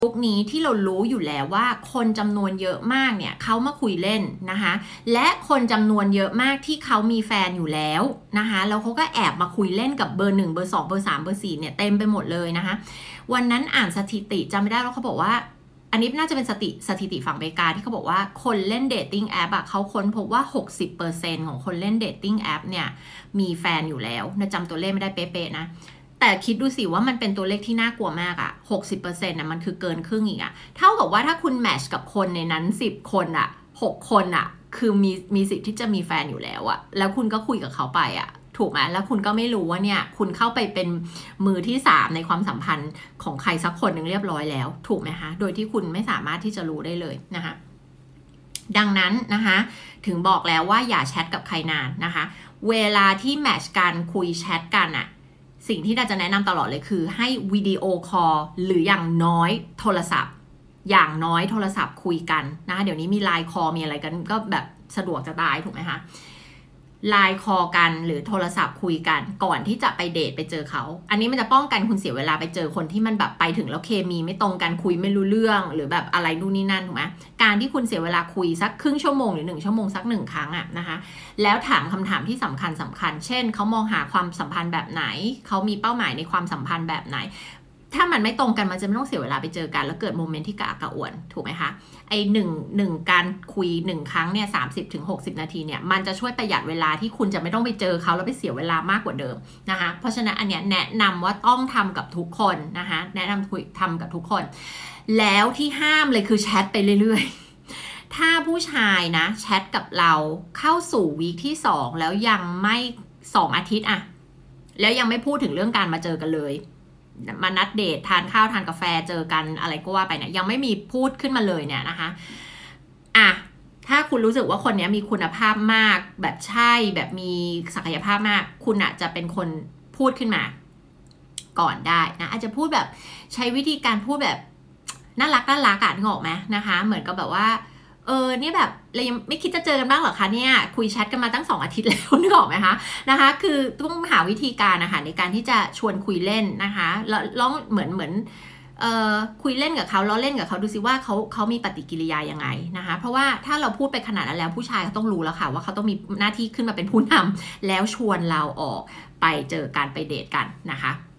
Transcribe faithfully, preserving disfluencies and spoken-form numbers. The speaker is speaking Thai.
ยุคนี้ที่เรารู้อยู่แล้วว่าคนจำนวนเยอะมากเนี่ยเขามาคุยเล่นนะคะและคนจำนวนเยอะมากที่เขามีแฟนอยู่แล้วนะคะแล้วเขาก็แอบมาคุยเล่นกับเบอร์หนึ่งเบอร์สองเบอร์สามเบอร์สี่เนี่ยเต็มไปหมดเลยนะคะวันนั้นอ่านสถิติจำไม่ได้แล้วเขาบอกว่าอันนี้น่าจะเป็นสถิติสถิติฝั่งอเมริกาที่เขาบอกว่าคนเล่นเดทติ้งแอปอะเขาค้นพบว่า หกสิบเปอร์เซ็นต์ ของคนเล่นเดทติ้งแอปเนี่ยมีแฟนอยู่แล้วนะจำตัวเลขไม่ได้เป๊ะๆนะแต่คิดดูสิว่ามันเป็นตัวเลขที่น่ากลัวมากอะ หกสิบเปอร์เซ็นต์ นะมันคือเกินครึ่งอีกอะเท่ากับว่าถ้าคุณแมทช์กับคนในนั้นสิบคนอะหกคนอะคือมีมีสิทธิ์ที่จะมีแฟนอยู่แล้วอะแล้วคุณก็คุยกับเขาไปอะถูกไหมแล้วคุณก็ไม่รู้ว่าเนี่ยคุณเข้าไปเป็นมือที่สามในความสัมพันธ์ของใครสักคนหนึ่งเรียบร้อยแล้วถูกไหมคะโดยที่คุณไม่สามารถที่จะรู้ได้เลยนะคะดังนั้นนะคะถึงบอกแล้วว่าอย่าแชทกับใครนานนะคะเวลาที่แมทช์กันคุยแชทกันอะสิ่งที่เราจะแนะนำตลอดเลยคือให้วิดีโอคอลหรืออย่างน้อยโทรศัพท์อย่างน้อยโทรศัพท์คุยกันนะคะเดี๋ยวนี้มีไลน์คอลมีอะไรกันก็แบบสะดวกจะตายถูกไหมคะไลน์คอลกันหรือโทรศัพท์คุยกันก่อนที่จะไปเดทไปเจอเขาอันนี้มันจะป้องกันคุณเสียเวลาไปเจอคนที่มันแบบไปถึงแล้วเคมีไม่ตรงกันคุยไม่รู้เรื่องหรือแบบอะไรนู่นนี่นั่นถูกไหมการที่คุณเสียเวลาคุยสักครึ่งชั่วโมงหรือหนึ่งชั่วโมงสักหนึ่งครั้งอะนะคะแล้วถามคำถามที่สำคัญสำคัญเช่นเขามองหาความสัมพันธ์แบบไหนเขามีเป้าหมายในความสัมพันธ์แบบไหนถ้ามันไม่ตรงกันมันจะไม่ต้องเสียเวลาไปเจอกันแล้วเกิดโมเมนต์ที่กระอักกระอ่วนถูกไหมคะไอหนึ่งหนึ่งการคุยหนึ่งครั้งเนี่ยสามสิบถึงหกสิบนาทีเนี่ยมันจะช่วยประหยัดเวลาที่คุณจะไม่ต้องไปเจอเขาแล้วไปเสียเวลามากกว่าเดิมนะคะเพราะฉะนั้นอันเนี้ยแนะนำว่าต้องทำกับทุกคนนะคะแนะนำคุยทำกับทุกคนแล้วที่ห้ามเลยคือแชทไปเรื่อยๆถ้าผู้ชายนะแชทกับเราเข้าสู่วีคที่สองแล้วยังไม่สองอาทิตย์อะแล้วยังไม่พูดถึงเรื่องการมาเจอกันเลยมานัดเดททานข้าวทานกาแฟเจอกันอะไรก็ว่าไปเนี่ยยังไม่มีพูดขึ้นมาเลยเนี่ยนะคะอ่ะถ้าคุณรู้สึกว่าคนนี้มีคุณภาพมากแบบใช่แบบมีศักยภาพมากคุณอาจจะเป็นคนพูดขึ้นมาก่อนได้นะอาจจะพูดแบบใช้วิธีการพูดแบบน่ารักน่ารักอะนึกออกไหมนะคะเหมือนกับแบบว่าเออเนี่ยแบบเรายังไม่คิดจะเจอกันบ้างเหรอคะเนี่ยคุยแชทกันมาตั้งสองอาทิตย์แล้วนึกออกไหมคะนะคะคือต้องหาวิธีการนะคะในการที่จะชวนคุยเล่นนะคะแล้วลองเหมือนเหมือนเอ่อคุยเล่นกับเขาล้อเล่นกับเขาดูซิว่าเขาเขามีปฏิกิริยายังไงนะคะเพราะว่าถ้าเราพูดไปขนาดนั้นแล้วผู้ชายเขาต้องรู้แล้วค่ะว่าเขาต้องมีหน้าที่ขึ้นมาเป็นผู้นำแล้วชวนเราออกไปเจอกันไปเดทกันนะคะ